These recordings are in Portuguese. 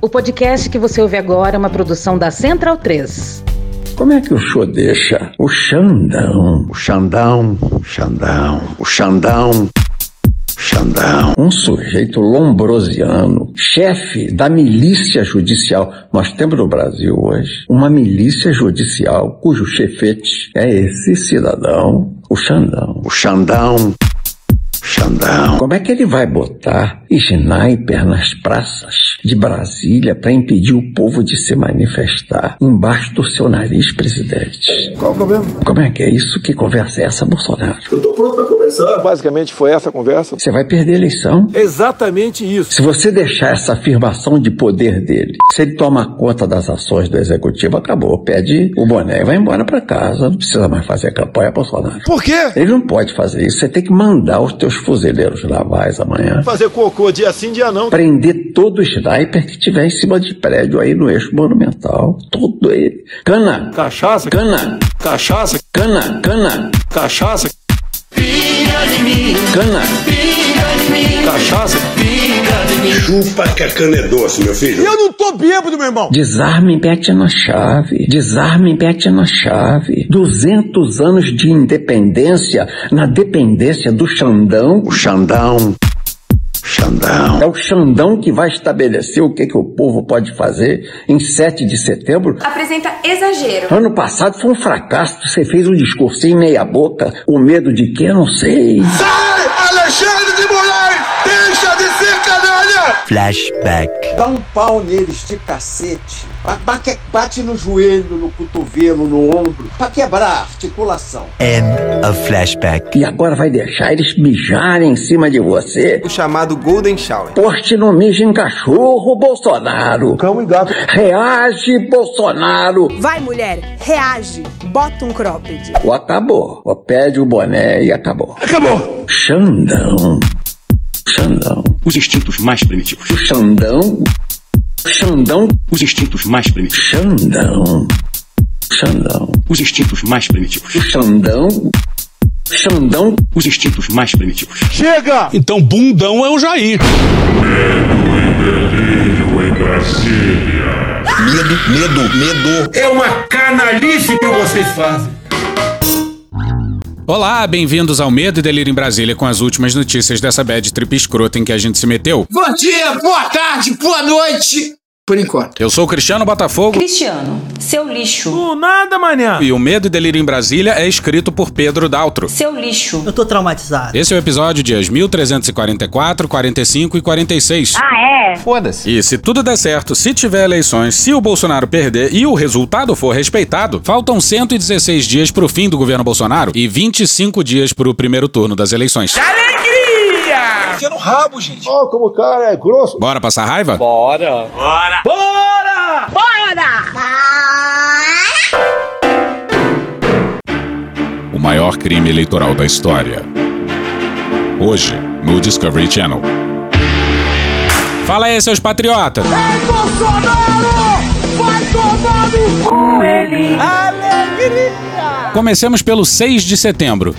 O podcast que você ouve agora é uma produção da Central 3. Como é que o senhor deixa o Xandão, um sujeito lombrosiano, chefe da milícia judicial? Nós temos no Brasil hoje uma milícia judicial cujo chefete é esse cidadão, o Xandão. Como é que ele vai botar sniper nas praças de Brasília para impedir o povo de se manifestar embaixo do seu nariz, presidente? Qual o problema? Como é que é isso? Que conversa é essa, Bolsonaro? Eu estou pronto para conversar. Basicamente foi essa a conversa. Você vai perder a eleição. Exatamente isso. Se você deixar essa afirmação de poder dele, se ele toma conta das ações do executivo, acabou. Pede o boné e vai embora para casa. Não precisa mais fazer campanha, Bolsonaro. Por quê? Ele não pode fazer isso. Você tem que mandar os teus fuzileiros navais amanhã Fazer cocô dia sim, dia não. prender todo o sniper que tiver em cima de prédio aí no eixo monumental. Todo ele. Cana. Cachaça. Cana. Cachaça. Cana. Cachaça. Cana. Cachaça. Chupa que a cana é doce, meu filho. Eu não tô bêbado, meu irmão. Desarme e mete na chave. 200 anos de independência na dependência do Xandão. O Xandão. É o Xandão que vai estabelecer o que o povo pode fazer em 7 de setembro. Apresenta exagero. Ano passado foi um fracasso. Você fez um discursinho meia boca. O medo de quê? Eu não sei. Sai, Alexandre de Moraes! Deixa de ser canalha! Flashback. Dá um pau neles de cacete. Bate no joelho, no cotovelo, no ombro, pra quebrar a articulação. End of flashback. E agora vai deixar eles mijarem em cima de você? O chamado Golden Shower. Poste no mijo em cachorro, Bolsonaro. Cão e gato. Reage, Bolsonaro. Vai, mulher, reage. Bota um cropped. Ou acabou. Ou pede o boné e acabou. Acabou! Xandão. Os instintos mais primitivos. O Xandão. Os instintos mais primitivos. Xandão. Os instintos mais primitivos. O Xandão. Os instintos mais primitivos. Chega! Então bundão é o Jair. Medo e delírio em Brasília. Medo. É uma canalice que vocês fazem. Olá, bem-vindos ao Medo e Delírio em Brasília com as últimas notícias dessa bad trip escrota em que a gente se meteu. Bom dia, boa tarde, boa noite, por enquanto. Eu sou o Cristiano Botafogo. Cristiano, seu lixo. Do nada, manhã. E o Medo e Delírio em Brasília é escrito por Pedro Daltro. Seu lixo. Eu tô traumatizado. Esse é o episódio dias 1344, 45 e 46. Foda-se. E se tudo der certo, se tiver eleições, se o Bolsonaro perder e o resultado for respeitado, faltam 116 dias pro fim do governo Bolsonaro e 25 dias pro primeiro turno das eleições. Alegria! Enfia no rabo, gente. Ó, como o cara é grosso. Bora passar raiva? Bora! O maior crime eleitoral da história. Hoje, no Discovery Channel. Fala aí, seus patriotas! Ei, Bolsonaro! Vai tomar no cu ele! Alegria! Comecemos pelo 6 de setembro.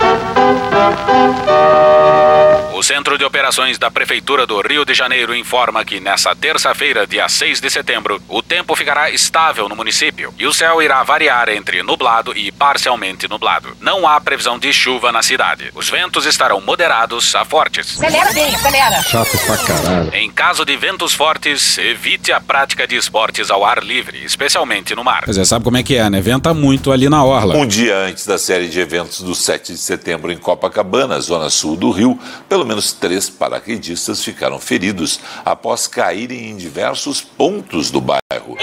O Centro de Operações da Prefeitura do Rio de Janeiro informa que nessa terça-feira, dia 6 de setembro, o tempo ficará estável no município e o céu irá variar entre nublado e parcialmente nublado. Não há previsão de chuva na cidade. Os ventos estarão moderados a fortes. Acelera. Chato pra caralho. Em caso de ventos fortes, evite a prática de esportes ao ar livre, especialmente no mar. Pois é, sabe como é que é, né? Venta muito ali na orla. Um dia antes da série de eventos do 7 de setembro em Copacabana, zona sul do Rio, pelo menos 3 paraquedistas ficaram feridos após caírem em diversos pontos do bairro.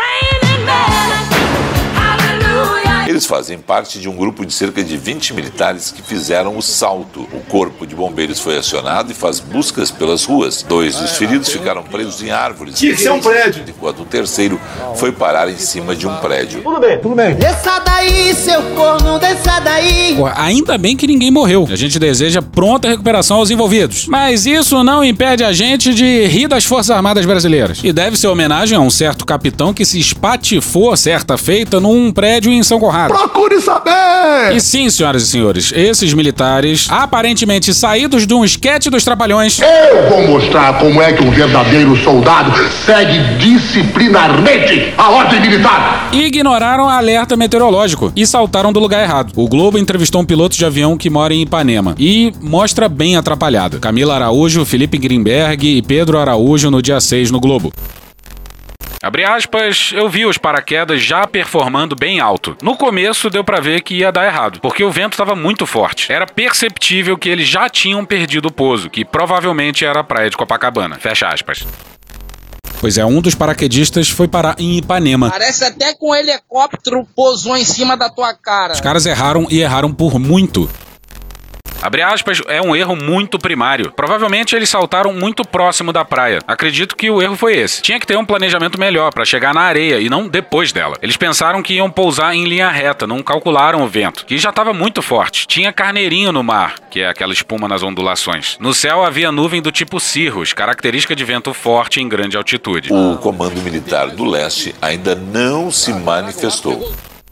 Eles fazem parte de um grupo de cerca de 20 militares que fizeram o salto. O corpo de bombeiros foi acionado e faz buscas pelas ruas. 2 dos feridos ficaram presos em árvores. Tinha que ser um prédio. Enquanto o terceiro foi parar em cima de um prédio. Tudo bem. Desça daí, seu corno, desça daí. Pô, ainda bem que ninguém morreu. A gente deseja pronta recuperação aos envolvidos. Mas isso não impede a gente de rir das Forças Armadas Brasileiras. E deve ser homenagem a um certo capitão que se espatifou certa feita num prédio em São Conrado. porrada. Procure saber! E sim, senhoras e senhores, esses militares, aparentemente saídos de um esquete dos Trapalhões... Eu vou mostrar como é que um verdadeiro soldado segue disciplinarmente a ordem militar. Ignoraram alerta meteorológico e saltaram do lugar errado. O Globo entrevistou um piloto de avião que mora em Ipanema e mostra bem atrapalhado. Camila Araújo, Felipe Grimberg e Pedro Araújo no dia 6 no Globo. Abre aspas, eu vi os paraquedas já performando bem alto. No começo deu pra ver que ia dar errado, porque o vento estava muito forte. Era perceptível que eles já tinham perdido o pouso, que provavelmente era a praia de Copacabana. Fecha aspas. Pois é, um dos paraquedistas foi parar em Ipanema. Parece até que um helicóptero pousou em cima da tua cara. Os caras erraram e erraram por muito. Abre aspas, é um erro muito primário. Provavelmente eles saltaram muito próximo da praia. Acredito que o erro foi esse. Tinha que ter um planejamento melhor para chegar na areia e não depois dela. Eles pensaram que iam pousar em linha reta, não calcularam o vento, que já estava muito forte. Tinha carneirinho no mar, que é aquela espuma nas ondulações. No céu havia nuvem do tipo cirrus, característica de vento forte em grande altitude. O Comando Militar do Leste ainda não se manifestou.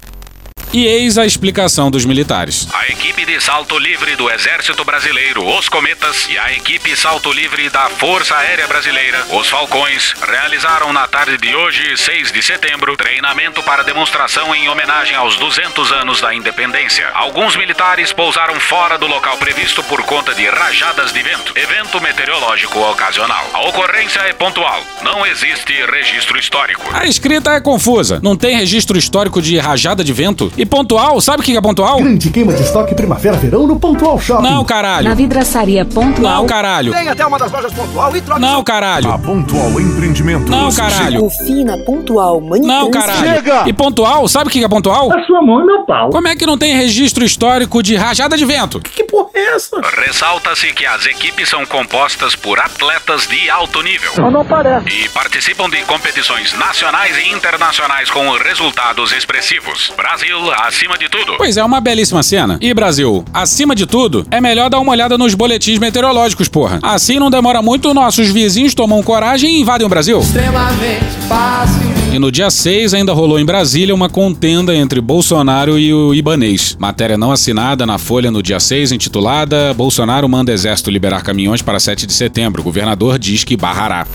E eis a explicação dos militares. A equipe de salto livre do Exército Brasileiro, os Cometas, e a equipe salto livre da Força Aérea Brasileira, os Falcões, realizaram na tarde de hoje, 6 de setembro, treinamento para demonstração em homenagem aos 200 anos da independência. Alguns militares pousaram fora do local previsto por conta de rajadas de vento, evento meteorológico ocasional. A ocorrência é pontual, não existe registro histórico. A escrita é confusa, não tem registro histórico de rajada de vento? E pontual, sabe o que é pontual? Grande queima de estoque primavera-verão no Pontual Shopping. Não, caralho. Na vidraçaria Pontual. Não, caralho. Vem até uma das lojas Pontual e troca. Não, caralho. A Pontual Empreendimentos. Não, caralho. Confina Pontual, Não, caralho. Chega. E pontual, sabe o que é pontual? A sua mão e meu pau. Como é que não tem registro histórico de rajada de vento? Que porra é essa? Ressalta-se que as equipes são compostas por atletas de alto nível. Não parece. E participam de competições nacionais e internacionais com resultados expressivos. Brasil acima de tudo. Pois é, uma belíssima cena. E Brasil, acima de tudo, é melhor dar uma olhada nos boletins meteorológicos, porra. Assim não demora muito, nossos vizinhos tomam coragem e invadem o Brasil. Extremamente fácil. E no dia 6 ainda rolou em Brasília uma contenda entre Bolsonaro e o Ibanez. Matéria não assinada na Folha no dia 6, intitulada Bolsonaro manda exército liberar caminhões para 7 de setembro. O governador diz que barrará.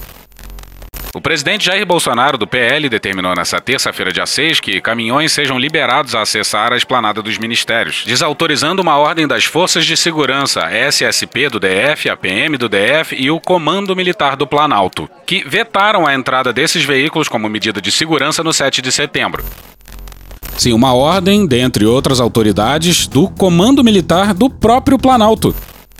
O presidente Jair Bolsonaro, do PL, determinou nesta terça-feira, dia 6, que caminhões sejam liberados a acessar a esplanada dos ministérios, desautorizando uma ordem das Forças de Segurança, a SSP do DF, a PM do DF e o Comando Militar do Planalto, que vetaram a entrada desses veículos como medida de segurança no 7 de setembro. Sim, uma ordem, dentre outras autoridades, do Comando Militar do próprio Planalto.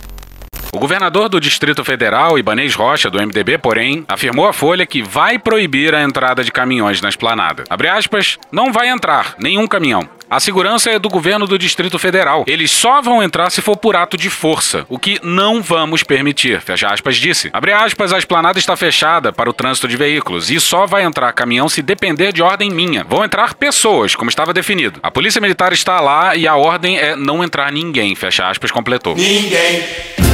O governador do Distrito Federal, Ibanez Rocha, do MDB, porém, afirmou à Folha que vai proibir a entrada de caminhões na esplanada. Abre aspas, não vai entrar nenhum caminhão. A segurança é do governo do Distrito Federal. Eles só vão entrar se for por ato de força, o que não vamos permitir, fecha aspas, disse. Abre aspas, a esplanada está fechada para o trânsito de veículos e só vai entrar caminhão se depender de ordem minha. Vão entrar pessoas, como estava definido. A Polícia Militar está lá e a ordem é não entrar ninguém, fecha aspas, completou. Ninguém.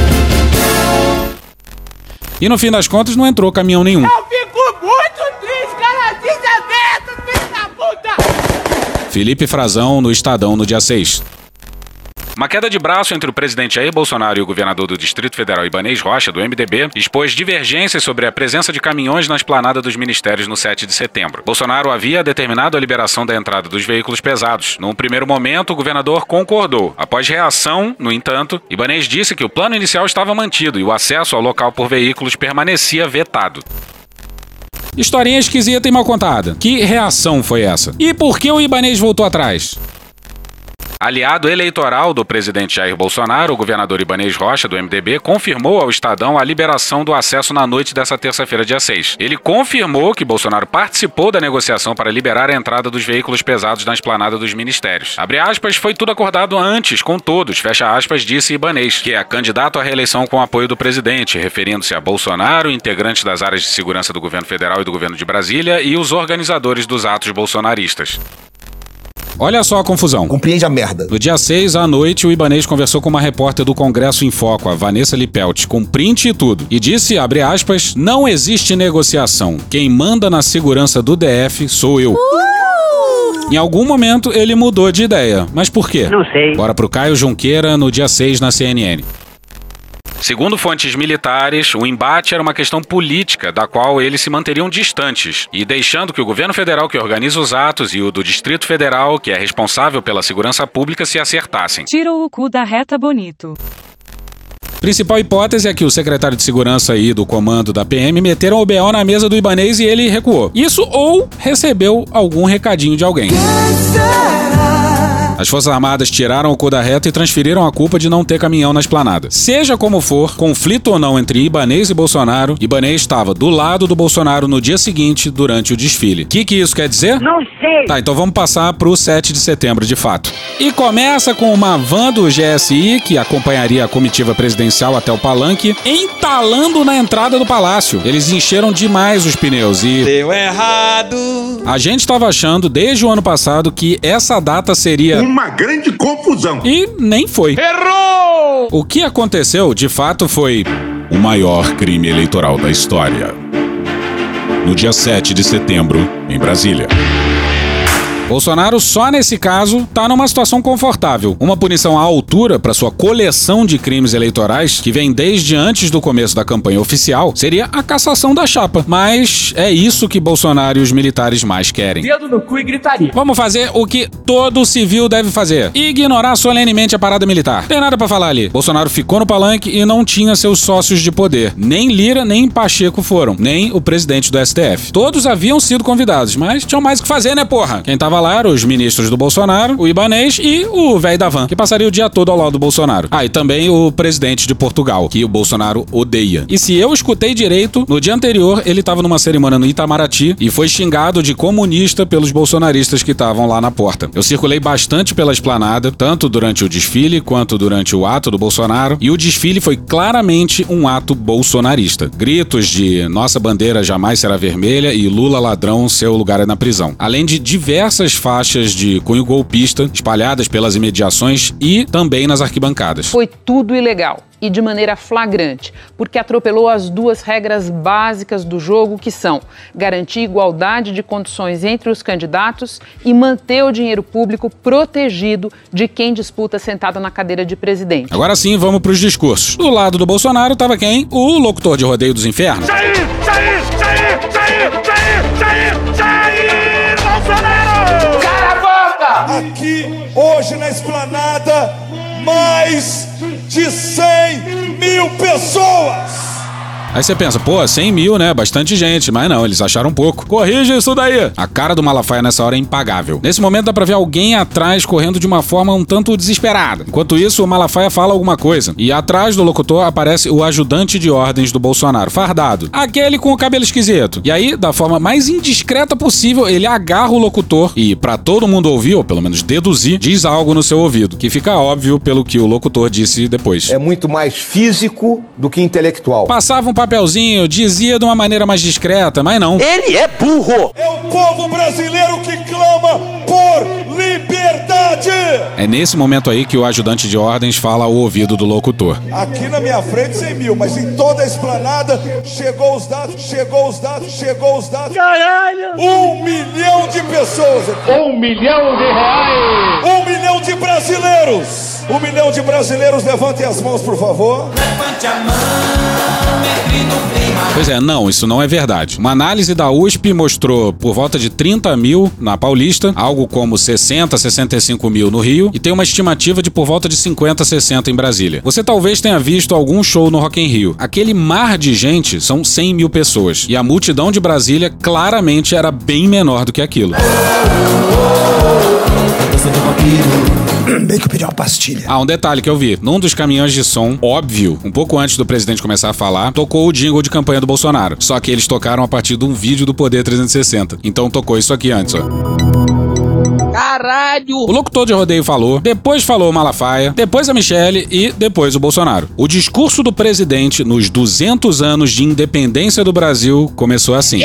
E no fim das contas não entrou caminhão nenhum. Eu fico muito triste, cara, desaberto, filho da puta! Felipe Frazão no Estadão no dia 6. Uma queda de braço entre o presidente Jair Bolsonaro e o governador do Distrito Federal, Ibanez Rocha, do MDB, expôs divergências sobre a presença de caminhões na esplanada dos ministérios no 7 de setembro. Bolsonaro havia determinado a liberação da entrada dos veículos pesados. Num primeiro momento, o governador concordou. Após reação, no entanto, Ibanez disse que o plano inicial estava mantido e o acesso ao local por veículos permanecia vetado. Historinha esquisita e mal contada. Que reação foi essa? E por que o Ibanez voltou atrás? Aliado eleitoral do presidente Jair Bolsonaro, o governador Ibanez Rocha, do MDB, confirmou ao Estadão a liberação do acesso na noite dessa terça-feira, dia 6. Ele confirmou que Bolsonaro participou da negociação para liberar a entrada dos veículos pesados na esplanada dos ministérios. Abre aspas, foi tudo acordado antes, com todos, fecha aspas, disse Ibanez, que é candidato à reeleição com apoio do presidente, referindo-se a Bolsonaro, integrantes das áreas de segurança do governo federal e do governo de Brasília e os organizadores dos atos bolsonaristas. Olha só a confusão. Compreende a merda. No dia 6, à noite, o Ibanez conversou com uma repórter do Congresso em Foco, a Vanessa Lipelt, com print e tudo. E disse, abre aspas, não existe negociação. Quem manda na segurança do DF sou eu. Em algum momento ele mudou de ideia. Mas por quê? Não sei. Bora pro Caio Junqueira no dia 6 na CNN. Segundo fontes militares, o embate era uma questão política, da qual eles se manteriam distantes, e deixando que o governo federal, que organiza os atos, e o do Distrito Federal, que é responsável pela segurança pública, se acertassem. Tira o cu da reta, bonito. Principal hipótese é que o secretário de segurança e do comando da PM meteram o BO na mesa do Ibanez e ele recuou. Isso ou recebeu algum recadinho de alguém. As Forças Armadas tiraram o cu da reta e transferiram a culpa de não ter caminhão na esplanada. Seja como for, conflito ou não entre Ibanez e Bolsonaro, Ibanez estava do lado do Bolsonaro no dia seguinte, durante o desfile. O que isso quer dizer? Não sei! Tá, então vamos passar pro 7 de setembro, de fato. E começa com uma van do GSI, que acompanharia a comitiva presidencial até o palanque, entalando na entrada do palácio. Eles encheram demais os pneus e... Deu errado! A gente estava achando, desde o ano passado, que essa data seria... uma grande confusão. E nem foi. Errou! O que aconteceu, de fato, foi o maior crime eleitoral da história. No dia 7 de setembro, em Brasília. Bolsonaro, só nesse caso, tá numa situação confortável. Uma punição à altura para sua coleção de crimes eleitorais, que vem desde antes do começo da campanha oficial, seria a cassação da chapa. Mas é isso que Bolsonaro e os militares mais querem. Dedo no cu e gritaria. Vamos fazer o que todo civil deve fazer: ignorar solenemente a parada militar. Tem nada pra falar ali. Bolsonaro ficou no palanque e não tinha seus sócios de poder. Nem Lira, nem Pacheco foram. Nem o presidente do STF. Todos haviam sido convidados, mas tinham mais o que fazer, né, porra? Quem tava lá eram os ministros do Bolsonaro, o Ibanez e o velho da van, que passaria o dia todo ao lado do Bolsonaro. Ah, e também o presidente de Portugal, que o Bolsonaro odeia. E se eu escutei direito, no dia anterior ele tava numa cerimônia no Itamaraty e foi xingado de comunista pelos bolsonaristas que estavam lá na porta. Eu circulei bastante pela esplanada, tanto durante o desfile quanto durante o ato do Bolsonaro, e o desfile foi claramente um ato bolsonarista. Gritos de "nossa bandeira jamais será vermelha" e "Lula ladrão, seu lugar é na prisão". Além de diversas faixas de cunho golpista espalhadas pelas imediações e também nas arquibancadas. Foi tudo ilegal e de maneira flagrante, porque atropelou as duas regras básicas do jogo, que são garantir igualdade de condições entre os candidatos e manter o dinheiro público protegido de quem disputa sentado na cadeira de presidente. Agora sim, vamos para os discursos. Do lado do Bolsonaro estava quem? O locutor de Rodeio dos Infernos. Jair, Bolsonaro! Cala a boca! Aqui, hoje na esplanada, mais de 100 mil pessoas! Aí você pensa, pô, 100 mil, né? Bastante gente. Mas não, eles acharam pouco. Corrija isso daí! A cara do Malafaia nessa hora é impagável. Nesse momento dá pra ver alguém atrás correndo de uma forma um tanto desesperada. Enquanto isso, o Malafaia fala alguma coisa. E atrás do locutor aparece o ajudante de ordens do Bolsonaro, fardado. Aquele com o cabelo esquisito. E aí, da forma mais indiscreta possível, ele agarra o locutor e, pra todo mundo ouvir, ou pelo menos deduzir, diz algo no seu ouvido, que fica óbvio pelo que o locutor disse depois. É muito mais físico do que intelectual. Passava um papelzinho, dizia de uma maneira mais discreta, mas não. Ele é burro! É o povo brasileiro que clama por liberdade! É nesse momento aí que o ajudante de ordens fala ao ouvido do locutor. Aqui na minha frente 100 mil, mas em toda a esplanada chegou os dados. Caralho! 1 milhão de pessoas! 1 milhão de reais! 1 milhão de brasileiros! 1 milhão de brasileiros, levantem as mãos, por favor. Levante a mão, entre no clima. Pois é, não, isso não é verdade. Uma análise da USP mostrou por volta de 30 mil na Paulista, algo como 60, 65 mil no Rio, e tem uma estimativa de por volta de 50, 60 em Brasília. Você talvez tenha visto algum show no Rock in Rio. Aquele mar de gente são 100 mil pessoas, e a multidão de Brasília claramente era bem menor do que aquilo. Bem que eu pedi uma pastilha. Ah, um detalhe que eu vi. Num dos caminhões de som, óbvio, um pouco antes do presidente começar a falar, tocou o jingle de campanha do Bolsonaro. Só que eles tocaram a partir de um vídeo do Poder 360. Então tocou isso aqui antes, ó. Caralho! O locutor de rodeio falou, depois falou o Malafaia, depois a Michele e depois o Bolsonaro. O discurso do presidente nos 200 anos de independência do Brasil começou assim.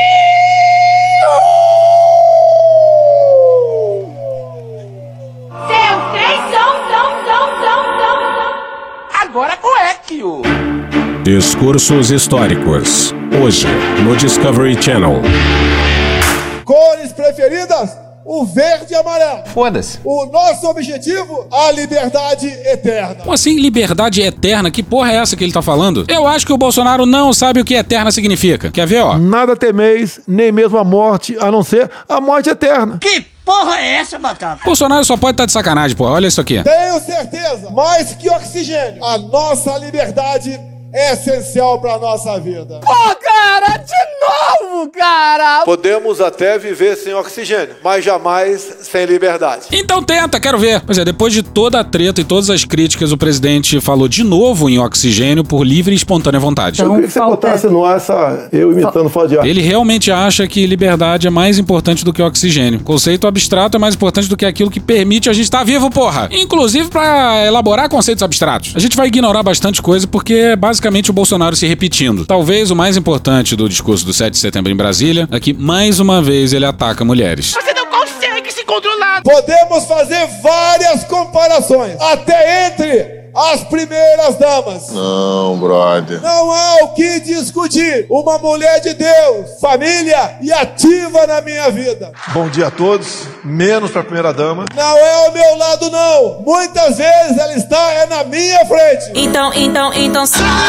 Agora coequio! Discursos históricos. Hoje, no Discovery Channel. Cores preferidas? o verde e amarelo. Foda-se. O nosso objetivo, a liberdade eterna. Como assim, liberdade eterna? Que porra é essa que ele tá falando? Eu acho que o Bolsonaro não sabe o que eterna significa. Quer ver, ó? Nada temeis, nem mesmo a morte, a não ser a morte eterna. Que porra é essa, Batata? Bolsonaro só pode estar de sacanagem, pô. Olha isso aqui. Tenho certeza, mais que oxigênio, a nossa liberdade é essencial pra nossa vida. Pô, cara, de novo, cara! Podemos até viver sem oxigênio, mas jamais sem liberdade. Então tenta, quero ver. Pois é, depois de toda a treta e todas as críticas, o presidente falou de novo em oxigênio por livre e espontânea vontade. Eu queria que você botasse no ar eu imitando foda de ar. Ele realmente acha que liberdade é mais importante do que oxigênio. Conceito abstrato é mais importante do que aquilo que permite a gente estar vivo, porra. Inclusive pra elaborar conceitos abstratos. A gente vai ignorar bastante coisa porque é basicamente o Bolsonaro se repetindo. Talvez o mais importante do discurso do 7 de setembro em Brasília é que, mais uma vez, ele ataca mulheres. Você não consegue se controlar! Podemos fazer várias comparações, até entre as primeiras damas. Não, brother. Não há o que discutir. Uma mulher de Deus, família e ativa na minha vida. Bom dia a todos, menos pra primeira dama. Não é ao meu lado, não. Muitas vezes ela está na minha frente. Então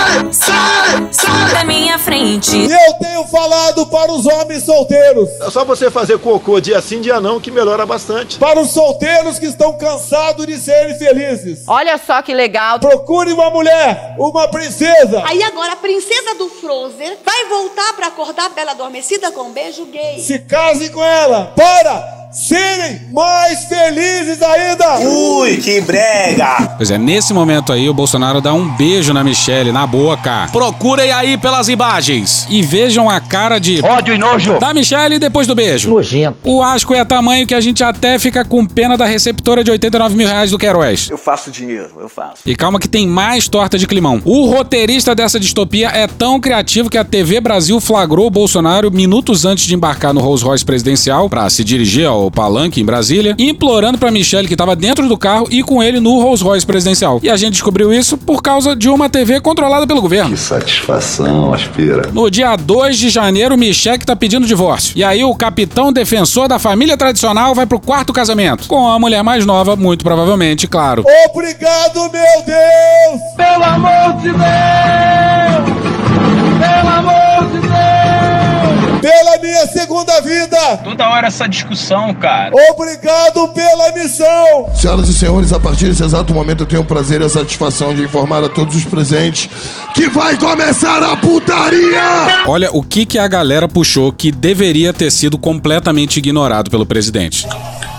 sai da minha frente. E eu tenho falado para os homens solteiros. É só você fazer cocô dia sim, dia não, que melhora bastante. Para os solteiros que estão cansados de serem felizes. Olha só que legal. Procure uma mulher, uma princesa. Aí agora a princesa do Frozen vai voltar pra acordar a Bela Adormecida com um beijo gay. Se case com ela para serem mais felizes ainda. Ui, que brega! Pois é, nesse momento aí, o Bolsonaro dá um beijo na Michelle, na boca. Procurem aí pelas imagens e vejam a cara de ódio e nojo da Michelle depois do beijo. Nojento. O asco é tamanho que a gente até fica com pena da receptora de 89 mil reais do Queiroz. Eu faço dinheiro, eu faço. E calma que tem mais torta de climão. O roteirista dessa distopia é tão criativo que a TV Brasil flagrou o Bolsonaro minutos antes de embarcar no Rolls Royce presidencial pra se dirigir ao palanque em Brasília, implorando pra Michelle, que tava dentro do carro, ir com ele no Rolls Royce presidencial. E a gente descobriu isso por causa de uma TV controlada pelo governo. Que satisfação, aspira. No dia 2 de janeiro, Michelle tá pedindo divórcio. E aí o capitão defensor da família tradicional vai pro quarto casamento. Com a mulher mais nova, muito provavelmente, claro. Obrigado, meu Deus! Pelo amor de Deus! Pelo amor de Deus! Pela minha segunda vida! Toda hora essa discussão, cara. Obrigado pela missão! Senhoras e senhores, a partir desse exato momento eu tenho o prazer e a satisfação de informar a todos os presentes que vai começar a putaria! Olha o que a galera puxou que deveria ter sido completamente ignorado pelo presidente.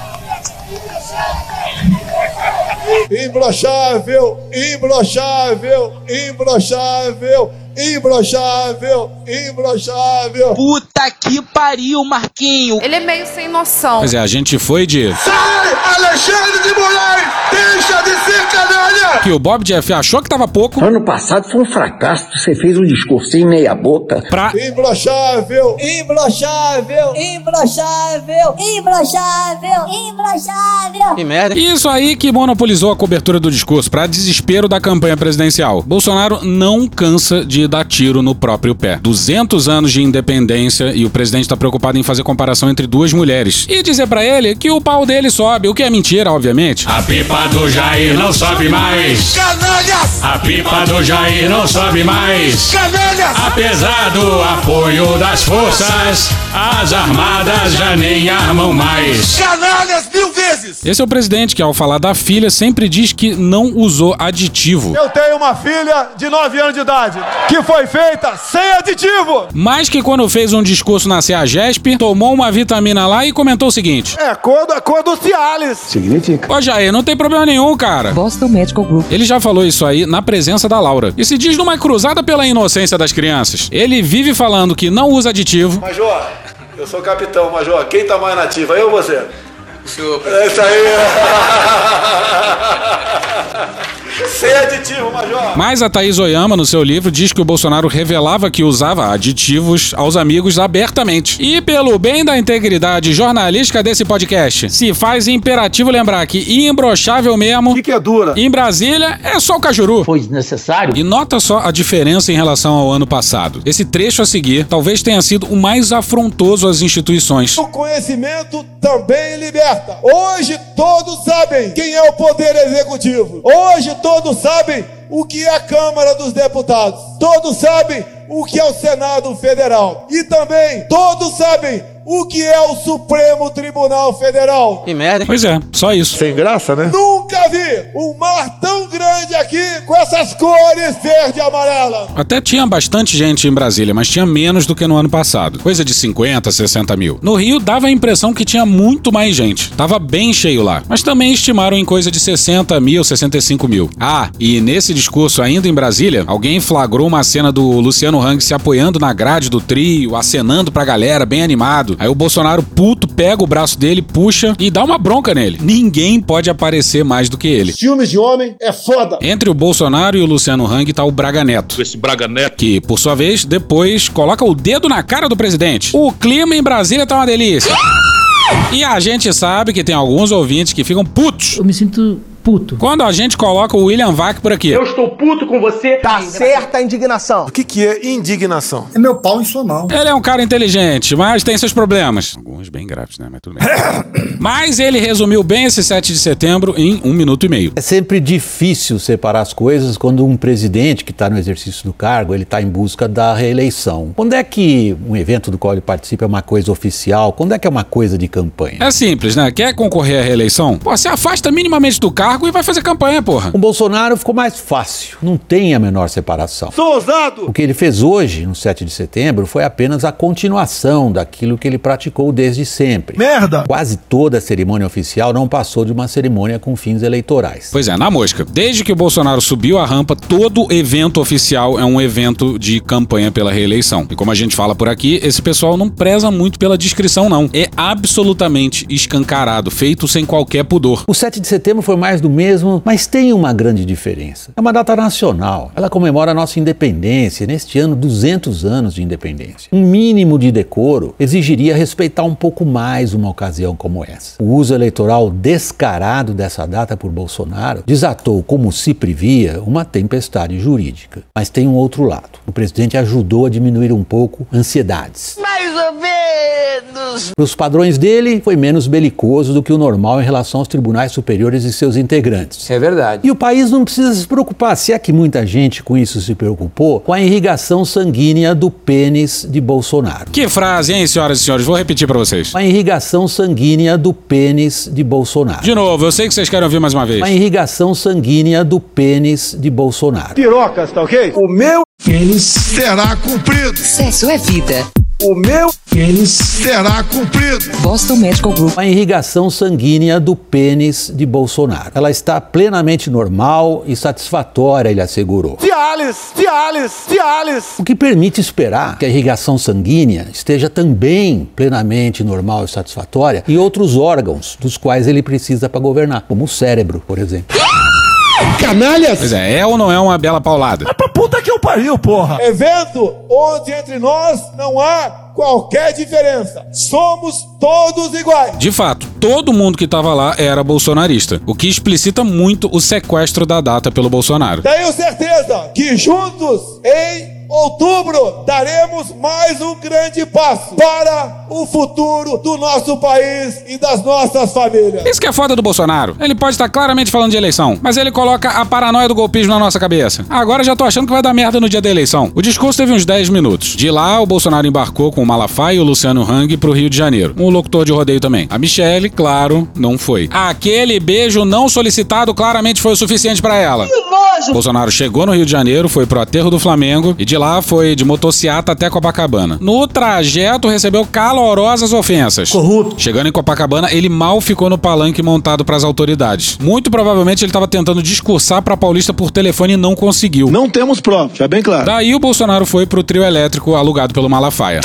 Imbrochável, imbrochável, imbrochável, imbrochável, imbrochável. Puta que pariu, Marquinho. Ele é meio sem noção. Pois é, a gente foi de... Sai, Alexandre de Moraes! Deixa de ser canalha! Que o Bob Jeff achou que tava pouco. Ano passado foi um fracasso. Você fez um discurso em meia boca. Pra... Imbrochável, imbrochável, Imbrochável, imbrochável, imbrochável. Que merda. Isso aí que monopolizou a cobertura do discurso, pra desespero da campanha presidencial. Bolsonaro não cansa de dar tiro no próprio pé. 200 anos de independência e o presidente tá preocupado em fazer comparação entre duas mulheres. E dizer pra ele que o pau dele sobe, o que é mentira, obviamente. A pipa do Jair não sobe mais. Canalhas! A pipa do Jair não sobe mais. Canalhas! Apesar do apoio das forças, as armadas já nem armam mais. Canalhas 1000 vezes! Esse é o presidente que, ao falar da filha, sempre diz que não usou aditivo. Eu tenho uma filha de 9 anos de idade que foi feita sem aditivo. Mas que quando fez um discurso na CEAGESP, tomou uma vitamina lá e comentou o seguinte: é a cor do Cialis. Significa. Ô Jair, não tem problema nenhum, cara. Boston Medical Group. Ele já falou isso aí na presença da Laura. E se diz numa cruzada pela inocência das crianças. Ele vive falando que não usa aditivo. Major, eu sou capitão, Major. Quem tá mais nativa, eu ou você? Senhor. É isso aí. Sem aditivo, Major. Mas a Thaís Oyama, no seu livro, diz que o Bolsonaro revelava que usava aditivos aos amigos abertamente. E pelo bem da integridade jornalística desse podcast, se faz imperativo lembrar que imbrochável mesmo, que é dura, em Brasília é só o Cajuru. Foi necessário. E nota só a diferença em relação ao ano passado. Esse trecho a seguir talvez tenha sido o mais afrontoso às instituições. O conhecimento também liberta. Hoje todos sabem quem é o poder executivo. Hoje todos sabem o que é a Câmara dos Deputados. Todos sabem o que é o Senado Federal. E também todos sabem o que é o Supremo Tribunal Federal. Que merda. Pois é, só isso. Sem graça, né? Nunca vi um mar tão grande aqui com essas cores verde e amarela. Até tinha bastante gente em Brasília, mas tinha menos do que no ano passado. Coisa de 50, 60 mil. No Rio, dava a impressão que tinha muito mais gente. Tava bem cheio lá. Mas também estimaram em coisa de 60 mil, 65 mil. Ah, e nesse discurso, ainda em Brasília, alguém flagrou uma cena do Luciano Hang se apoiando na grade do trio, acenando pra galera, bem animado. Aí o Bolsonaro, puto, pega o braço dele, puxa e dá uma bronca nele. Ninguém pode aparecer mais do que ele. Ciúmes de homem é foda. Entre o Bolsonaro e o Luciano Hang tá o Braga Neto. Esse Braga Neto. Que, por sua vez, depois coloca o dedo na cara do presidente. O clima em Brasília tá uma delícia. E a gente sabe que tem alguns ouvintes que ficam putos. Eu me sinto puto quando a gente coloca o William Vac por aqui. Eu estou puto com você. Tá certa a indignação. O que é indignação? É meu pau em sua mão. Ele é um cara inteligente, mas tem seus problemas. Alguns bem graves, né? Mas tudo bem. Mas ele resumiu bem esse 7 de setembro em 1 minuto e meio. É sempre difícil separar as coisas quando um presidente que está no exercício do cargo, ele está em busca da reeleição. Quando é que um evento do qual ele participa é uma coisa oficial? Quando é que é uma coisa de campanha? É simples, né? Quer concorrer à reeleição? Pô, se afasta minimamente do cargo e vai fazer campanha, porra. O Bolsonaro ficou mais fácil. Não tem a menor separação. Sou ousado! O que ele fez hoje, no 7 de setembro, foi apenas a continuação daquilo que ele praticou desde sempre. Merda! Quase toda a cerimônia oficial não passou de uma cerimônia com fins eleitorais. Pois é, na mosca. Desde que o Bolsonaro subiu a rampa, todo evento oficial é um evento de campanha pela reeleição. E como a gente fala por aqui, esse pessoal não preza muito pela discrição, não. É absolutamente escancarado, feito sem qualquer pudor. O 7 de setembro foi mais do mesmo, mas tem uma grande diferença. É uma data nacional. Ela comemora a nossa independência. Neste ano, 200 anos de independência. Um mínimo de decoro exigiria respeitar um pouco mais uma ocasião como essa. O uso eleitoral descarado dessa data por Bolsonaro desatou, como se previa, uma tempestade jurídica. Mas tem um outro lado. O presidente ajudou a diminuir um pouco ansiedades. Mais ou menos. Para os padrões dele, foi menos belicoso do que o normal em relação aos tribunais superiores e seus integrantes. É verdade. E o país não precisa se preocupar, se é que muita gente com isso se preocupou, com a irrigação sanguínea do pênis de Bolsonaro. Que frase, hein, senhoras e senhores? Vou repetir pra vocês. A irrigação sanguínea do pênis de Bolsonaro. De novo, eu sei que vocês querem ouvir mais uma vez. A irrigação sanguínea do pênis de Bolsonaro. Pirocas, tá ok? O meu pênis será cumprido. Sexo é vida. O meu pênis será cumprido. Boston Medical Group. A irrigação sanguínea do pênis de Bolsonaro. Ela está plenamente normal e satisfatória, ele assegurou. O que permite esperar que a irrigação sanguínea esteja também plenamente normal e satisfatória em outros órgãos dos quais ele precisa para governar, como o cérebro, por exemplo. Canalhas! Pois é ou não é uma bela paulada? É pra puta que eu pariu, porra! Evento onde entre nós não há qualquer diferença. Somos todos iguais. De fato, todo mundo que tava lá era bolsonarista, o que explicita muito o sequestro da data pelo Bolsonaro. Tenho certeza que juntos, em outubro, daremos mais um grande passo para o futuro do nosso país e das nossas famílias. Isso que é foda do Bolsonaro. Ele pode estar claramente falando de eleição, mas ele coloca a paranoia do golpismo na nossa cabeça. Agora já tô achando que vai dar merda no dia da eleição. O discurso teve uns 10 minutos. De lá, o Bolsonaro embarcou com o Malafaia e o Luciano Hang pro Rio de Janeiro. Um locutor de rodeio também. A Michelle, claro, não foi. Aquele beijo não solicitado claramente foi o suficiente pra ela. Bolsonaro chegou no Rio de Janeiro, foi pro aterro do Flamengo e de lá foi de motociata até Copacabana. No trajeto recebeu calorosas ofensas. Corrupto. Chegando em Copacabana, ele mal ficou no palanque montado pras autoridades. Muito provavelmente ele tava tentando discursar pra Paulista por telefone e não conseguiu. Não temos prova, já bem claro. Daí o Bolsonaro foi pro trio elétrico alugado pelo Malafaia.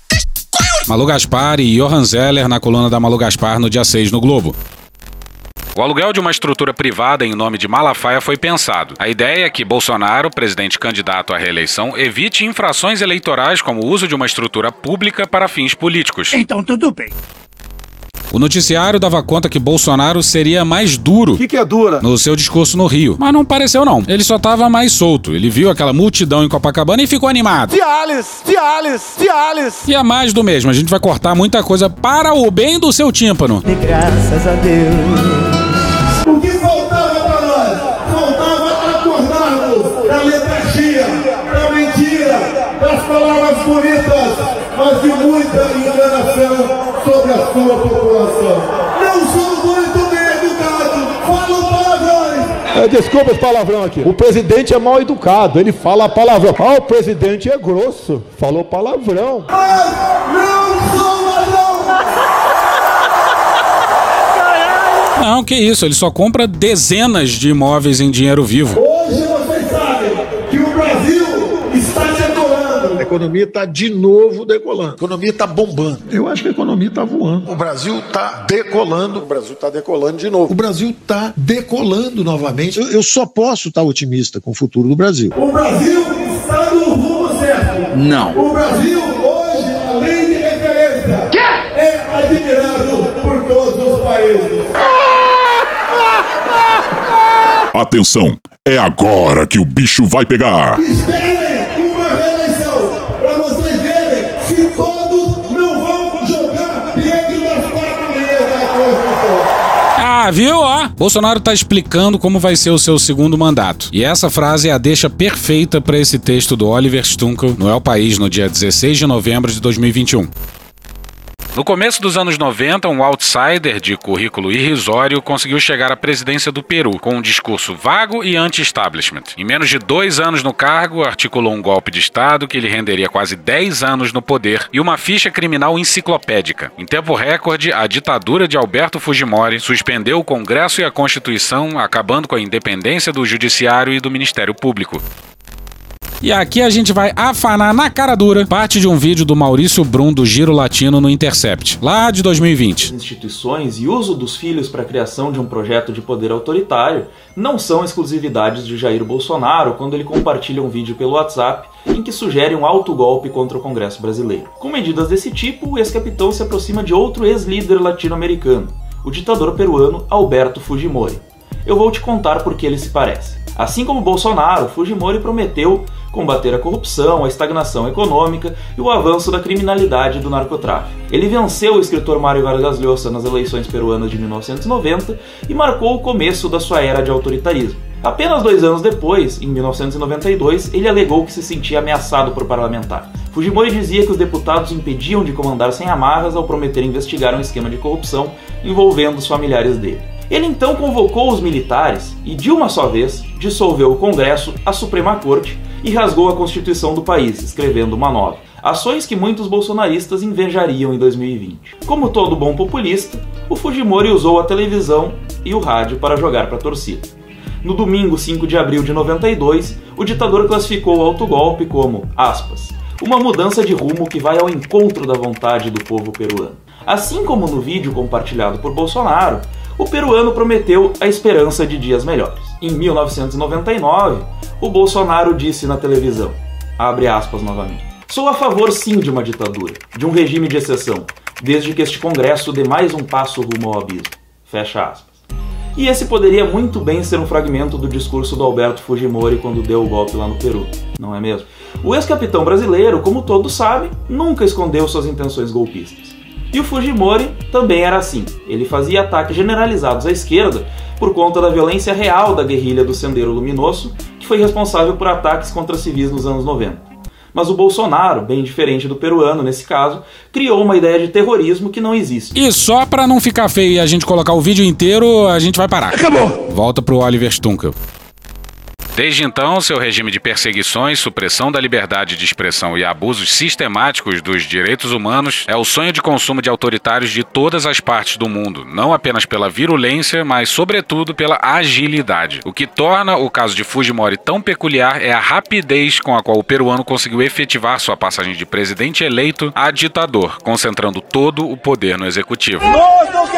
Malu Gaspar e Johan Zeller na coluna da Malu Gaspar no dia 6 no Globo. O aluguel de uma estrutura privada em nome de Malafaia foi pensado. A ideia é que Bolsonaro, presidente candidato à reeleição, evite infrações eleitorais como o uso de uma estrutura pública para fins políticos. Então tudo bem. O noticiário dava conta que Bolsonaro seria mais duro. O que é dura? No seu discurso no Rio. Mas não pareceu não. Ele só tava mais solto. Ele viu aquela multidão em Copacabana e ficou animado. Cialis. E é mais do mesmo. A gente vai cortar muita coisa para o bem do seu tímpano. De graças a Deus. O que faltava pra nós? Faltava acordarmos da letargia, da mentira, das palavras bonitas, mas de muita enganação sobre a sua população. Não sou muito bem educado, falo palavrões. Desculpa os palavrão aqui. O presidente é mal educado, ele fala palavrão. O presidente é grosso, falou palavrão. Mas não sou ladrão. Não, que isso, ele só compra dezenas de imóveis em dinheiro vivo. Hoje vocês sabem que o Brasil está decolando. A economia está de novo decolando. A economia está bombando. Eu acho que a economia está voando. O Brasil está decolando. O Brasil está decolando de novo. O Brasil está decolando novamente. Eu só posso estar otimista com o futuro do Brasil. O Brasil está no rumo certo. Não. O Brasil hoje, além de referência, é admirado por todos os países. Atenção, é agora que o bicho vai pegar. Esperem uma reeleição para vocês verem se todos não vão jogar dentro das 4 linhas da Constituição. Ah, viu? Ó, Bolsonaro tá explicando como vai ser o seu segundo mandato. E essa frase é a deixa perfeita para esse texto do Oliver Stunkel no El País no dia 16 de novembro de 2021. No começo dos anos 90, um outsider de currículo irrisório conseguiu chegar à presidência do Peru com um discurso vago e anti-establishment. Em menos de 2 anos no cargo, articulou um golpe de Estado que lhe renderia quase 10 anos no poder e uma ficha criminal enciclopédica. Em tempo recorde, a ditadura de Alberto Fujimori suspendeu o Congresso e a Constituição, acabando com a independência do Judiciário e do Ministério Público. E aqui a gente vai afanar na cara dura parte de um vídeo do Maurício Brum do Giro Latino no Intercept, lá de 2020. Instituições e uso dos filhos para a criação de um projeto de poder autoritário não são exclusividades de Jair Bolsonaro quando ele compartilha um vídeo pelo WhatsApp em que sugere um autogolpe contra o Congresso brasileiro. Com medidas desse tipo, o ex-capitão se aproxima de outro ex-líder latino-americano, o ditador peruano Alberto Fujimori. Eu vou te contar por que eles se parecem. Assim como Bolsonaro, Fujimori prometeu combater a corrupção, a estagnação econômica e o avanço da criminalidade e do narcotráfico. Ele venceu o escritor Mário Vargas Llosa nas eleições peruanas de 1990 e marcou o começo da sua era de autoritarismo. Apenas 2 anos depois, em 1992, ele alegou que se sentia ameaçado por parlamentares. Fujimori dizia que os deputados impediam de comandar sem amarras ao prometer investigar um esquema de corrupção envolvendo os familiares dele. Ele então convocou os militares e, de uma só vez, dissolveu o Congresso, a Suprema Corte e rasgou a Constituição do país, escrevendo uma nova. Ações que muitos bolsonaristas invejariam em 2020. Como todo bom populista, o Fujimori usou a televisão e o rádio para jogar para a torcida. No domingo 5 de abril de 92, o ditador classificou o autogolpe como, aspas, uma mudança de rumo que vai ao encontro da vontade do povo peruano. Assim como no vídeo compartilhado por Bolsonaro, o peruano prometeu a esperança de dias melhores. Em 1999, o Bolsonaro disse na televisão, abre aspas novamente, sou a favor sim de uma ditadura, de um regime de exceção, desde que este Congresso dê mais um passo rumo ao abismo. Fecha aspas. E esse poderia muito bem ser um fragmento do discurso do Alberto Fujimori quando deu o golpe lá no Peru, não é mesmo? O ex-capitão brasileiro, como todos sabem, nunca escondeu suas intenções golpistas. E o Fujimori também era assim. Ele fazia ataques generalizados à esquerda por conta da violência real da guerrilha do Sendero Luminoso, que foi responsável por ataques contra civis nos anos 90. Mas o Bolsonaro, bem diferente do peruano nesse caso, criou uma ideia de terrorismo que não existe. E só pra não ficar feio e a gente colocar o vídeo inteiro, a gente vai parar. Acabou! Volta pro Oliver Stunkel. Desde então, seu regime de perseguições, supressão da liberdade de expressão e abusos sistemáticos dos direitos humanos é o sonho de consumo de autoritários de todas as partes do mundo, não apenas pela virulência, mas sobretudo pela agilidade. O que torna o caso de Fujimori tão peculiar é a rapidez com a qual o peruano conseguiu efetivar sua passagem de presidente eleito a ditador, concentrando todo o poder no executivo. Nós não queremos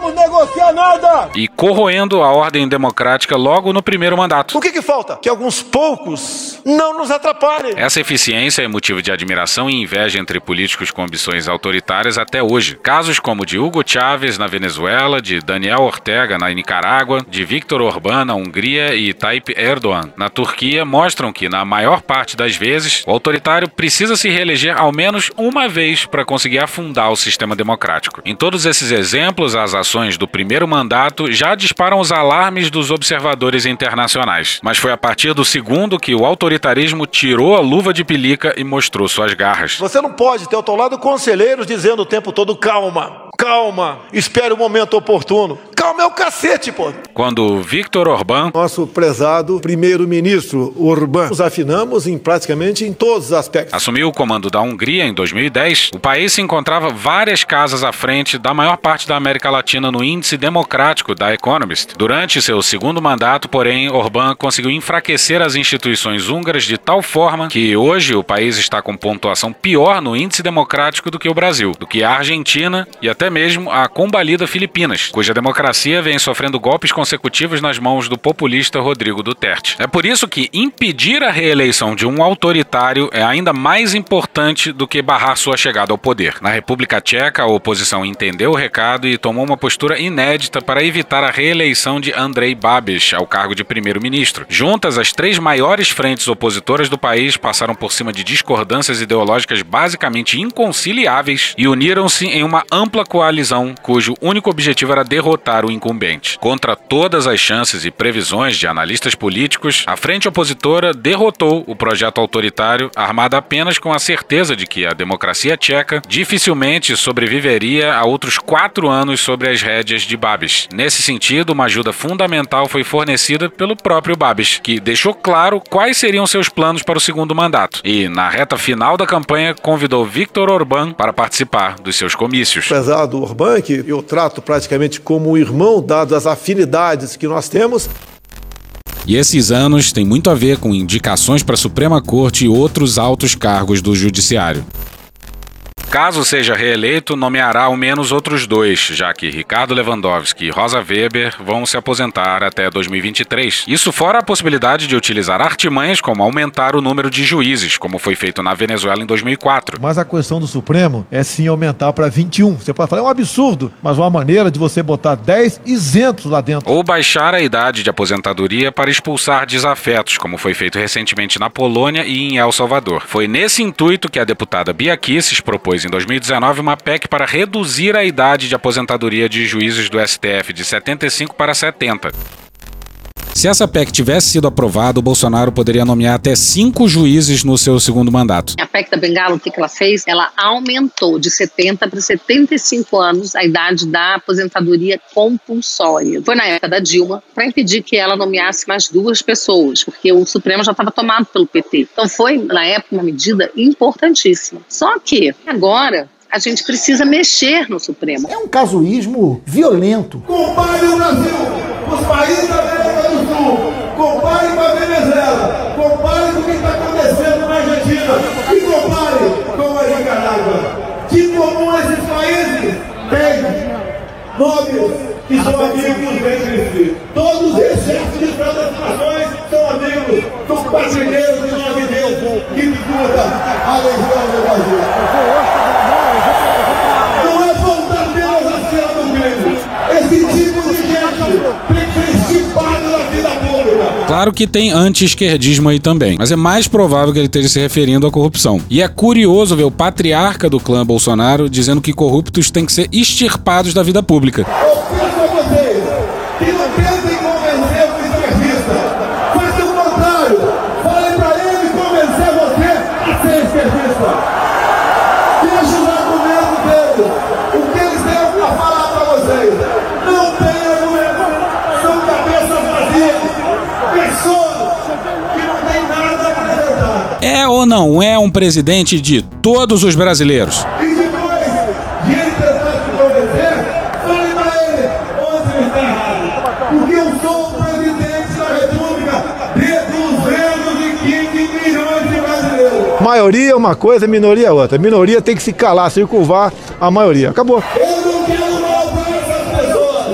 vamos negociar nada! E corroendo a ordem democrática logo no primeiro mandato. O que falta? Que alguns poucos não nos atrapalhem. Essa eficiência é motivo de admiração e inveja entre políticos com ambições autoritárias até hoje. Casos como de Hugo Chávez na Venezuela, de Daniel Ortega na Nicarágua, de Viktor Orbán na Hungria e Tayyip Erdogan na Turquia mostram que, na maior parte das vezes, o autoritário precisa se reeleger ao menos uma vez para conseguir afundar o sistema democrático. Em todos esses exemplos, as ações do primeiro mandato já disparam os alarmes dos observadores internacionais. Mas foi a partir do segundo que o autoritarismo tirou a luva de pelica e mostrou suas garras. Você não pode ter ao teu lado conselheiros dizendo o tempo todo calma. Calma, espere o momento oportuno. Calma é o cacete, pô. Quando Viktor Orbán, nosso prezado primeiro-ministro Orbán, nos afinamos praticamente em todos os aspectos. Assumiu o comando da Hungria em 2010, o país se encontrava várias casas à frente da maior parte da América Latina no índice democrático da Economist. Durante seu segundo mandato, porém, Orbán conseguiu enfraquecer as instituições húngaras de tal forma que hoje o país está com pontuação pior no índice democrático do que o Brasil, do que a Argentina e até mesmo a combalida Filipinas, cuja democracia vem sofrendo golpes consecutivos nas mãos do populista Rodrigo Duterte. É por isso que impedir a reeleição de um autoritário é ainda mais importante do que barrar sua chegada ao poder. Na República Tcheca, a oposição entendeu o recado e tomou uma postura inédita para evitar a reeleição de Andrej Babiš ao cargo de primeiro-ministro. Juntas, as três maiores frentes opositoras do país passaram por cima de discordâncias ideológicas basicamente inconciliáveis e uniram-se em uma ampla coalizão cujo único objetivo era derrotar o incumbente. Contra todas as chances e previsões de analistas políticos, a frente opositora derrotou o projeto autoritário, armada apenas com a certeza de que a democracia tcheca dificilmente sobreviveria a outros 4 anos sobre as rédeas de Babiš. Nesse sentido, uma ajuda fundamental foi fornecida pelo próprio Babiš, que deixou claro quais seriam seus planos para o segundo mandato e, na reta final da campanha, convidou Viktor Orbán para participar dos seus comícios. Apesar do Orbán, que eu trato praticamente como irmão, dadas as afinidades que nós temos. E esses anos têm muito a ver com indicações para a Suprema Corte e outros altos cargos do Judiciário. Caso seja reeleito, nomeará ao menos outros 2, já que Ricardo Lewandowski e Rosa Weber vão se aposentar até 2023. Isso fora a possibilidade de utilizar artimanhas como aumentar o número de juízes, como foi feito na Venezuela em 2004. Mas a questão do Supremo é sim aumentar para 21. Você pode falar, é um absurdo, mas uma maneira de você botar 10 isentos lá dentro. Ou baixar a idade de aposentadoria para expulsar desafetos, como foi feito recentemente na Polônia e em El Salvador. Foi nesse intuito que a deputada Bia Kicis propôs em 2019 uma PEC para reduzir a idade de aposentadoria de juízes do STF de 75 para 70. Se essa PEC tivesse sido aprovada, o Bolsonaro poderia nomear até 5 juízes no seu segundo mandato. A PEC da Bengala, o que ela fez? Ela aumentou de 70 para 75 anos a idade da aposentadoria compulsória. Foi na época da Dilma, para impedir que ela nomeasse mais 2 pessoas, porque o Supremo já estava tomado pelo PT. Então foi, na época, uma medida importantíssima. Só que agora a gente precisa mexer no Supremo. É um casuísmo violento. Compare o Brasil, os países da América do Sul, compare com a Venezuela, compare com o que está acontecendo na Argentina e compare com a Nicarágua. Que comum esses países têm nomes que são amigos entre si. Todos os chefes de Estado das nações são amigos dos brasileiros de nome Deus que disputa a legião do Brasil. Esse tipo de gente tem que ser estipado na vida pública. Claro que tem anti-esquerdismo aí também, mas é mais provável que ele esteja se referindo à corrupção. E é curioso ver o patriarca do clã Bolsonaro dizendo que corruptos têm que ser extirpados da vida pública. Eu peço a vocês que não tentem convencer o esquerdista. Faça o contrário. Fale pra ele convencer você a ser esquerdista. Deixa os argumentos dele. O que eles têm pra falar pra vocês. Não tem argumento. São cabeças vazias. Pessoas que não tem nada a apresentar. É ou não é um presidente de todos os brasileiros? E depois de ele tentar se convencer, fale pra ele onde ele está errado. Porque eu sou o presidente da República de 215 milhões de brasileiros. Maioria é uma coisa, minoria é outra. Minoria tem que se calar, circunvar a maioria. Acabou. Eu não quero mal para essas pessoas.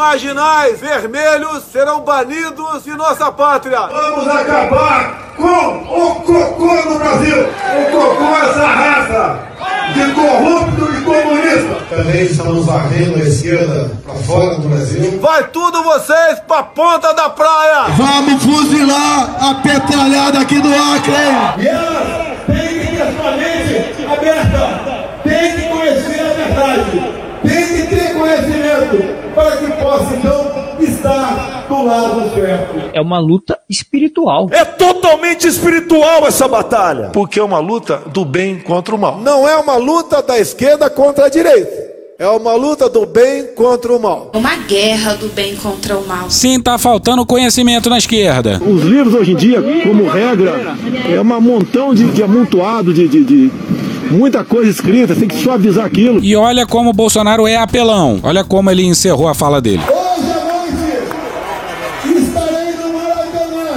marginais vermelhos serão banidos de nossa pátria. Vamos acabar com o cocô no Brasil. O cocô é essa raça de corrupto e comunista. Também estamos varrendo a esquerda para fora do Brasil. Vai tudo vocês pra ponta da praia. Vamos fuzilar a petralhada aqui do Acre. E elas têm que ter sua mente aberta. Tem que conhecer a verdade. Tem que ter conhecimento para que possa, então, estar do lado certo. É uma luta espiritual. É totalmente espiritual essa batalha. Porque é uma luta do bem contra o mal. Não é uma luta da esquerda contra a direita. É uma luta do bem contra o mal. Uma guerra do bem contra o mal. Sim, tá faltando conhecimento na esquerda. Os livros hoje em dia, como regra, é um montão de amontoado, de muita coisa escrita, tem que suavizar aquilo. E olha como o Bolsonaro é apelão. Olha como ele encerrou a fala dele. Hoje à noite estarei no Maracanã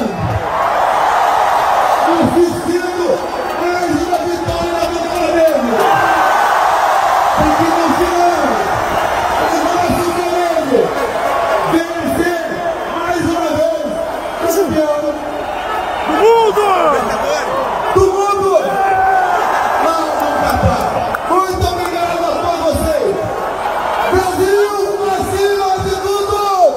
assistindo mais uma vitória da Flamengo. Porque no final o nosso Flamengo vencer mais uma vez campeão do mundo! Do mundo! Muito obrigado a todos vocês! Brasil, acima de tudo!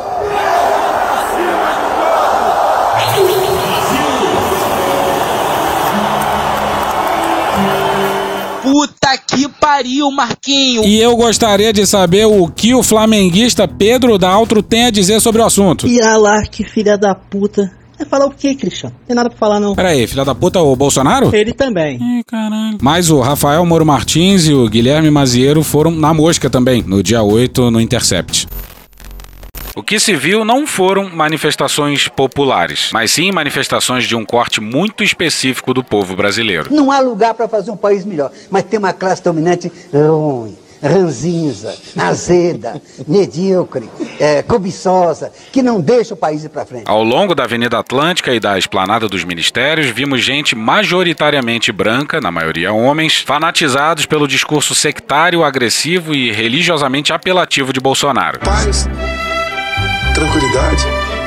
Puta que pariu, Marquinho! E eu gostaria de saber o que o flamenguista Pedro Daltro tem a dizer sobre o assunto. E lá, que filha da puta. Vai falar o quê, Cristiano? Não tem nada pra falar, não. Peraí, filha da puta, o Bolsonaro? Ele também. Ih, caralho. Mas o Rafael Moro Martins e o Guilherme Mazieiro foram na mosca também, no dia 8, no Intercept. O que se viu não foram manifestações populares, mas sim manifestações de um corte muito específico do povo brasileiro. Não há lugar para fazer um país melhor, mas tem uma classe dominante ruim, ranzinza, azeda, medíocre, cobiçosa, que não deixa o país ir para frente. Ao longo da Avenida Atlântica e da Esplanada dos Ministérios, vimos gente majoritariamente branca, na maioria homens, fanatizados pelo discurso sectário, agressivo e religiosamente apelativo de Bolsonaro. Paz, tranquilidade,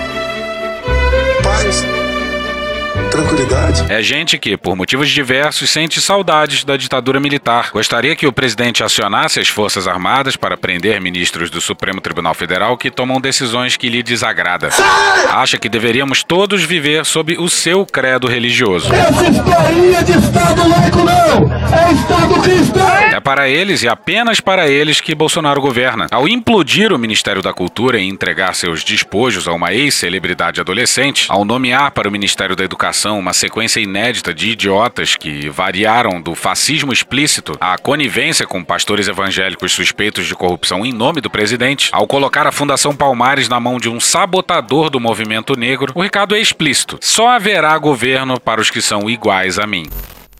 paz, tranquilidade. É gente que, por motivos diversos, sente saudades da ditadura militar. Gostaria que o presidente acionasse as Forças Armadas para prender ministros do Supremo Tribunal Federal que tomam decisões que lhe desagradam. Acha que deveríamos todos viver sob o seu credo religioso. Essa historinha de Estado laico não! É Estado cristão! É para eles e apenas para eles que Bolsonaro governa. Ao implodir o Ministério da Cultura e entregar seus despojos a uma ex-celebridade adolescente, ao nomear para o Ministério da Educação uma sequência inédita de idiotas que variaram do fascismo explícito à conivência com pastores evangélicos suspeitos de corrupção em nome do presidente, ao colocar a Fundação Palmares na mão de um sabotador do movimento negro, o recado é explícito: só haverá governo para os que são iguais a mim.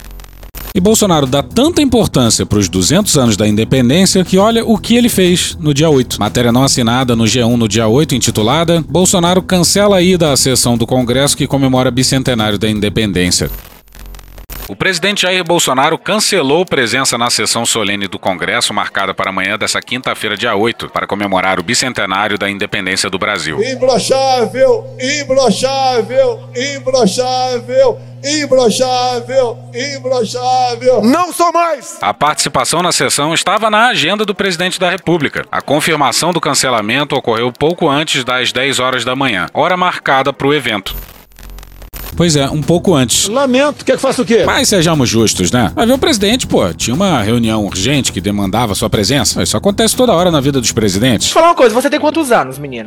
E Bolsonaro dá tanta importância para os 200 anos da independência que olha o que ele fez no dia 8. Matéria não assinada no G1 no dia 8, intitulada "Bolsonaro cancela a ida à sessão do Congresso que comemora bicentenário da independência". O presidente Jair Bolsonaro cancelou presença na sessão solene do Congresso marcada para amanhã dessa quinta-feira, dia 8, para comemorar o bicentenário da independência do Brasil. Imbrochável, imbrochável, imbrochável, imbrochável, imbrochável. Não sou mais! A participação na sessão estava na agenda do presidente da República. A confirmação do cancelamento ocorreu pouco antes das 10 horas da manhã, hora marcada para o evento. Pois é, um pouco antes. Lamento, quer que faça o quê? Mas sejamos justos, né? Vai ver o presidente, pô, tinha uma reunião urgente que demandava sua presença. Isso acontece toda hora na vida dos presidentes. Deixa eu falar uma coisa, você tem quantos anos, menino?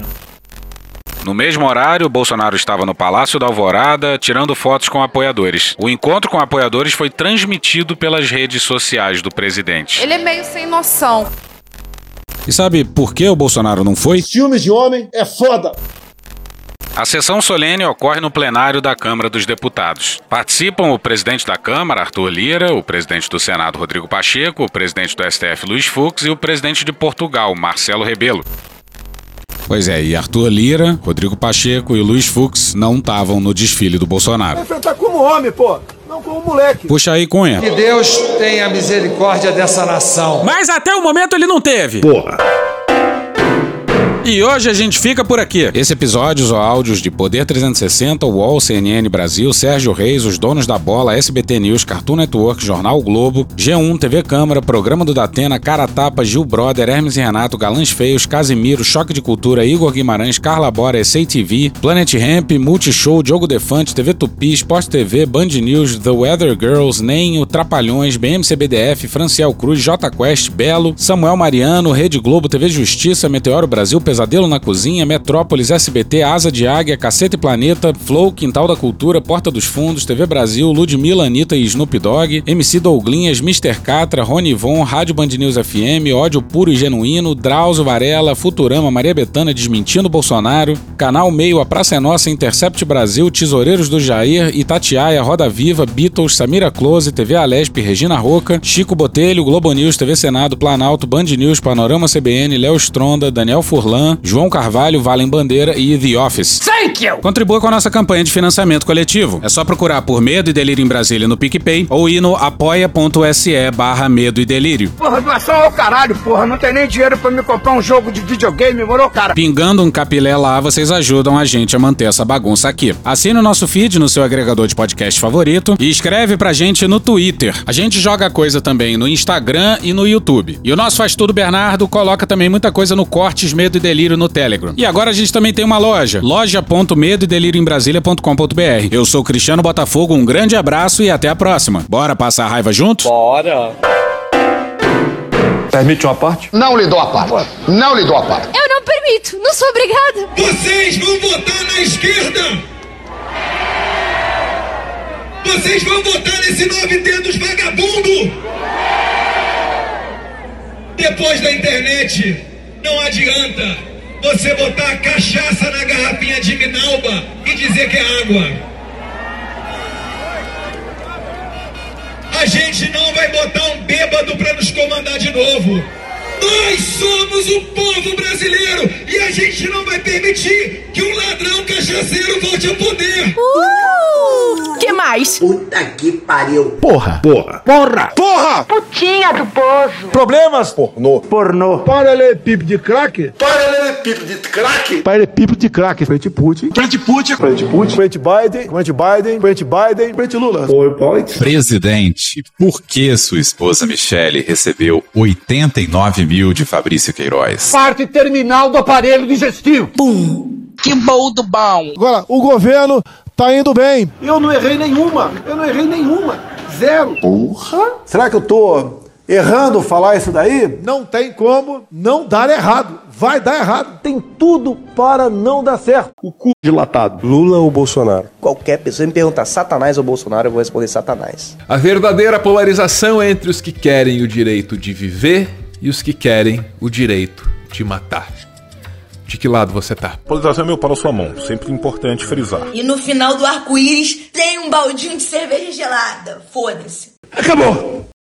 No mesmo horário, Bolsonaro estava no Palácio da Alvorada, tirando fotos com apoiadores. O encontro com apoiadores foi transmitido pelas redes sociais do presidente. Ele é meio sem noção. E sabe por que o Bolsonaro não foi? Ciúmes de homem é foda! A sessão solene ocorre no plenário da Câmara dos Deputados. Participam o presidente da Câmara, Arthur Lira, o presidente do Senado, Rodrigo Pacheco, o presidente do STF, Luís Fux, e o presidente de Portugal, Marcelo Rebelo. Pois é, e Arthur Lira, Rodrigo Pacheco e Luís Fux não estavam no desfile do Bolsonaro. Vai enfrentar como homem, pô, não como moleque. Puxa aí, Cunha. Que Deus tenha misericórdia dessa nação. Mas até o momento ele não teve. Porra. E hoje a gente fica por aqui. Esse episódio ou áudios de Poder 360, UOL, CNN Brasil, Sérgio Reis, Os Donos da Bola, SBT News, Cartoon Network, Jornal Globo, G1, TV Câmara, Programa do Datena, Cara Tapa, Gil Brother, Hermes e Renato, Galãs Feios, Casimiro, Choque de Cultura, Igor Guimarães, Carla Bora, SATV, Planet Ramp, Multishow, Diogo Defante, TV Tupi, Sport TV, Band News, The Weather Girls, Nenho, Trapalhões, BMCBDF, Franciel Cruz, J Quest, Belo, Samuel Mariano, Rede Globo, TV Justiça, Meteoro Brasil, Pesadelo na Cozinha, Metrópolis, SBT, Asa de Águia, Cacete e Planeta, Flow, Quintal da Cultura, Porta dos Fundos, TV Brasil, Ludmilla, Anitta e Snoop Dogg, MC Douglinhas, Mr. Catra, Rony Von, Rádio Band News FM, Ódio Puro e Genuíno, Drauzio Varela, Futurama, Maria Bethânia desmentindo Bolsonaro, Canal Meio, A Praça é Nossa, Intercept Brasil, Tesoureiros do Jair, Itatiaia, Roda Viva, Beatles, Samira Close, TV Alesp, Regina Roca, Chico Botelho, Globo News, TV Senado, Planalto, Band News, Panorama CBN, Léo Stronda, Daniel Furlan, João Carvalho, Valem Bandeira e The Office. Thank you! Contribua com a nossa campanha de financiamento coletivo. É só procurar por Medo e Delírio em Brasília no PicPay ou ir no apoia.se/Medo e Delírio. Porra, doação ao caralho, porra. Não tem nem dinheiro pra me comprar um jogo de videogame, moro, cara? Pingando um capilé lá, vocês ajudam a gente a manter essa bagunça aqui. Assine o nosso feed no seu agregador de podcast favorito e escreve pra gente no Twitter. A gente joga coisa também no Instagram e no YouTube. E o nosso Faz Tudo Bernardo coloca também muita coisa no Cortes Medo e Delírio no Telegram. E agora a gente também tem uma loja, loja.medoedelirioembrasilha.com.br. Eu sou Cristiano Botafogo, um grande abraço e até a próxima. Bora passar a raiva junto? Bora! Permite uma parte? Não lhe dou a parte. Não lhe dou a parte. Eu não permito, não sou obrigada. Vocês vão votar na esquerda! Vocês vão votar nesse 9 dedos vagabundo! Depois da internet, não adianta você botar cachaça na garrafinha de Minalba e dizer que é água. A gente não vai botar um bêbado pra nos comandar de novo. Nós somos o povo brasileiro e a gente não vai permitir que um ladrão cachaceiro volte ao poder. Que mais? Puta que pariu. Porra! Putinha do poço. Problemas? Pornô. Paralelepípedo de crack? Paralelepípedo de crack. Frente Putin. Frente Biden. Frente Lula. Presidente, por que sua esposa Michele recebeu 89 mil de Fabrício Queiroz? Parte terminal do aparelho digestivo. Pum. Que bom do bom. Agora, o governo tá indo bem. Eu não errei nenhuma. Zero. Porra! Será que eu tô errando falar isso daí? Não tem como não dar errado. Vai dar errado. Tem tudo para não dar certo. O cu dilatado. Lula ou Bolsonaro? Qualquer pessoa me perguntar Satanás ou Bolsonaro, eu vou responder Satanás. A verdadeira polarização é entre os que querem o direito de viver e os que querem o direito de matar. De que lado você tá? Polarização é meu pau na sua mão, sempre importante frisar. E no final do arco-íris tem um baldinho de cerveja gelada. Foda-se. Acabou!